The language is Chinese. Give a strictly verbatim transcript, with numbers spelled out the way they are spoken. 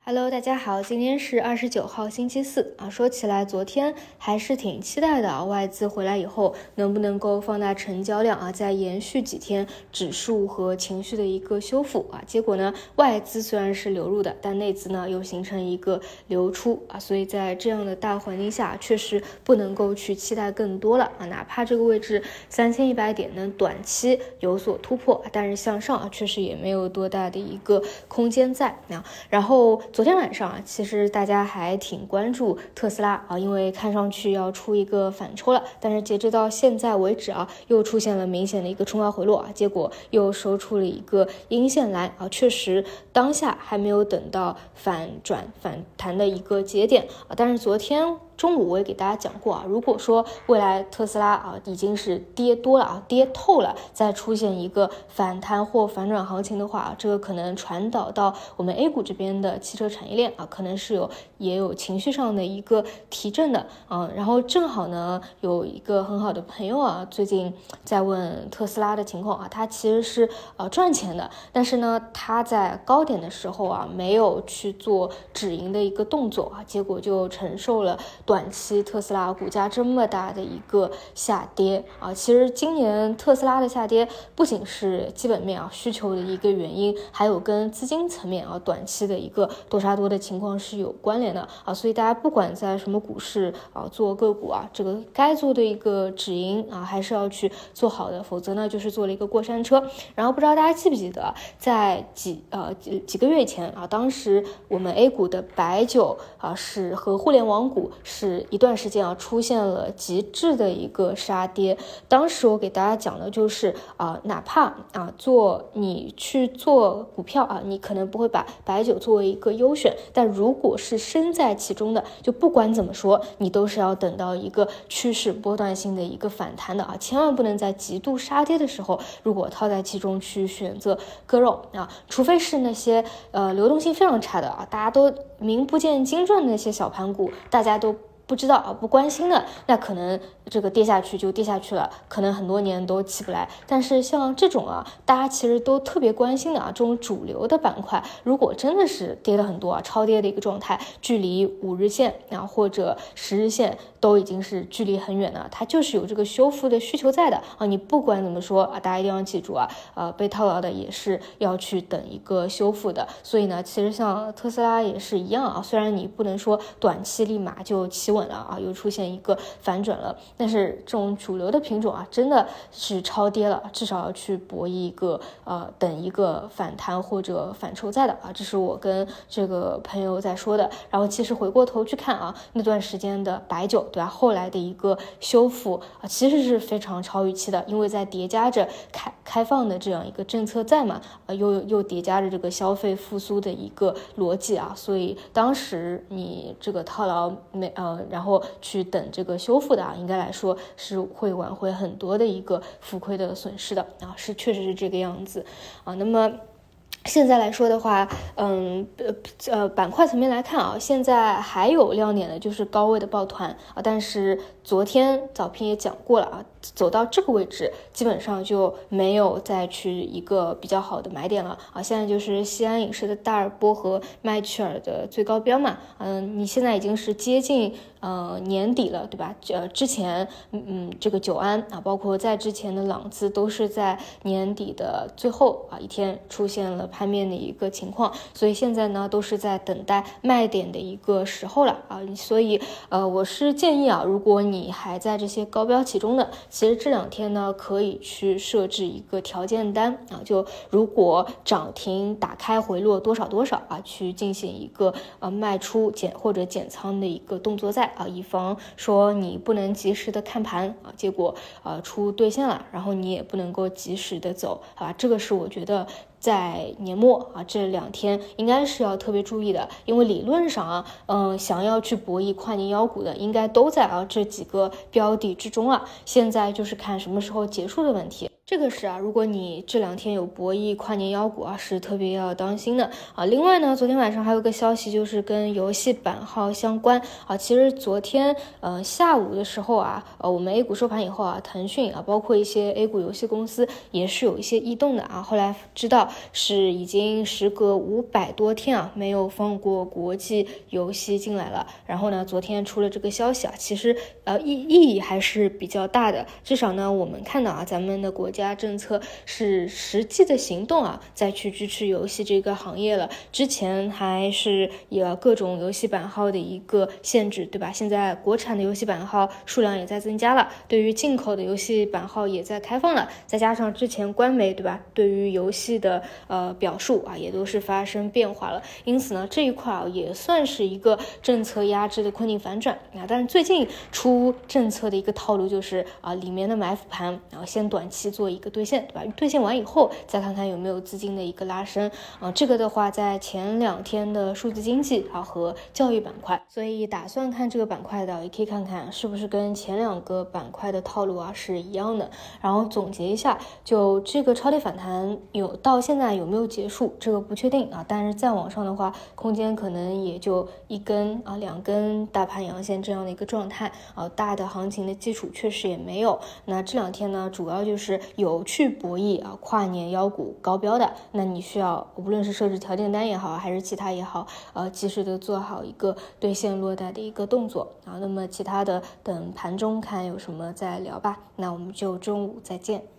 Hello， 大家好，今天是二十九号星期四啊。说起来，昨天还是挺期待的啊，外资回来以后能不能够放大成交量啊，再延续几天指数和情绪的一个修复啊。结果呢，外资虽然是流入的，但内资呢又形成一个流出啊，所以在这样的大环境下，确实不能够去期待更多了啊。哪怕这个位置三千一百点能短期有所突破，但是向上啊，确实也没有多大的一个空间在啊。然后昨天晚上啊，其实大家还挺关注特斯拉啊，因为看上去要出一个反抽了，但是截止到现在为止啊，又出现了明显的一个冲高回落啊，结果又收出了一个阴线来啊，确实当下还没有等到反转反弹的一个节点啊，但是昨天中午我也给大家讲过啊，如果说未来特斯拉啊已经是跌多了啊，跌透了，再出现一个反弹或反转行情的话啊，这个可能传导到我们 A 股这边的汽车产业链啊，可能是有也有情绪上的一个提振的啊。然后正好呢，有一个很好的朋友啊，最近在问特斯拉的情况啊，他其实是呃赚钱的，但是呢，他在高点的时候啊，没有去做止盈的一个动作啊，结果就承受了短期特斯拉股价这么大的一个下跌啊。其实今年特斯拉的下跌不仅是基本面啊需求的一个原因，还有跟资金层面啊短期的一个多杀多的情况是有关联的啊。所以大家不管在什么股市啊做个股啊，这个该做的一个止盈啊还是要去做好的，否则呢就是做了一个过山车。然后不知道大家记不记得，在几呃几几个月以前啊，当时我们 A 股的白酒啊是和互联网股是一段时间啊出现了极致的一个杀跌。当时我给大家讲的就是啊，哪怕啊做你去做股票啊，你可能不会把白酒作为一个优选，但如果是身在其中的，就不管怎么说，你都是要等到一个趋势波段性的一个反弹的啊，千万不能在极度杀跌的时候，如果套在其中去选择割肉啊，除非是那些呃流动性非常差的啊，大家都名不见经传的那些小盘股，大家都不知道啊，不关心的，那可能这个跌下去就跌下去了，可能很多年都起不来。但是像这种啊，大家其实都特别关心的啊，这种主流的板块，如果真的是跌了很多啊，超跌的一个状态，距离五日线啊或者十日线都已经是距离很远了，它就是有这个修复的需求在的啊。你不管怎么说啊，大家一定要记住啊，呃，被套牢的也是要去等一个修复的。所以呢，其实像特斯拉也是一样啊，虽然你不能说短期立马就起稳了啊，又出现一个反转了，但是这种主流的品种啊，真的是超跌了，至少要去博一个呃等一个反弹或者反抽在的啊，这是我跟这个朋友在说的。然后其实回过头去看啊，那段时间的白酒对吧，后来的一个修复啊，其实是非常超预期的，因为在叠加着开开放的这样一个政策在嘛，啊又又叠加着这个消费复苏的一个逻辑啊，所以当时你这个套牢没呃。然后去等这个修复的啊，应该来说是会挽回很多的一个浮亏的损失的啊，是确实是这个样子啊。那么现在来说的话，嗯呃呃板块层面来看啊，现在还有亮点的就是高位的抱团啊，但是昨天早评也讲过了啊，走到这个位置基本上就没有再去一个比较好的买点了啊。现在就是西安影视的大耳波和麦趣尔的最高标嘛，嗯，你现在已经是接近呃年底了，对吧？呃，之前嗯嗯这个久安啊，包括在之前的朗姿都是在年底的最后啊一天出现了盘面的一个情况，所以现在呢都是在等待卖点的一个时候了啊。所以呃我是建议啊，如果你还在这些高标其中的，其实这两天呢可以去设置一个条件单啊，就如果涨停打开回落多少多少啊，去进行一个呃卖出减或者减仓的一个动作在啊，以防说你不能及时的看盘啊，结果呃出兑现了，然后你也不能够及时的走啊，这个是我觉得在年末啊这两天应该是要特别注意的，因为理论上啊，嗯、呃，想要去博弈跨年妖股的，应该都在啊这几个标的之中啊，现在就是看什么时候结束的问题。 这个是啊，如果你这两天有博弈跨年妖股啊，是特别要当心的啊。另外呢，昨天晚上还有个消息，就是跟游戏版号相关啊。其实昨天呃下午的时候啊，呃我们 A 股收盘以后啊，腾讯啊，包括一些 A 股游戏公司也是有一些异动的啊。后来知道是已经时隔五百多天啊，没有放过国际游戏进来了。然后呢，昨天出了这个消息啊，其实呃意意义还是比较大的，至少呢我们看到啊，咱们的国家政策是实际的行动啊，再去支持游戏这个行业了。之前还是有各种游戏版号的一个限制，对吧？现在国产的游戏版号数量也在增加了，对于进口的游戏版号也在开放了，再加上之前官媒，对吧？对于游戏的呃表述啊，也都是发生变化了。因此呢，这一块啊也算是一个政策压制的困境反转啊。但是最近出政策的一个套路就是啊，里面的埋伏盘，然后先短期做一个兑现，对吧？兑现完以后再看看有没有资金的一个拉升啊。这个的话在前两天的数字经济啊和教育板块，所以打算看这个板块的也可以看看是不是跟前两个板块的套路啊是一样的。然后总结一下，就这个超跌反弹有到现在有没有结束，这个不确定啊，但是再往上的话空间可能也就一根啊两根大盘阳线这样的一个状态啊，大的行情的基础确实也没有。那这两天呢，主要就是有去博弈啊跨年妖股高标的，那你需要无论是设置条件单也好，还是其他也好，呃，及时的做好一个兑现落袋的一个动作啊。那么其他的等盘中看有什么再聊吧。那我们就中午再见。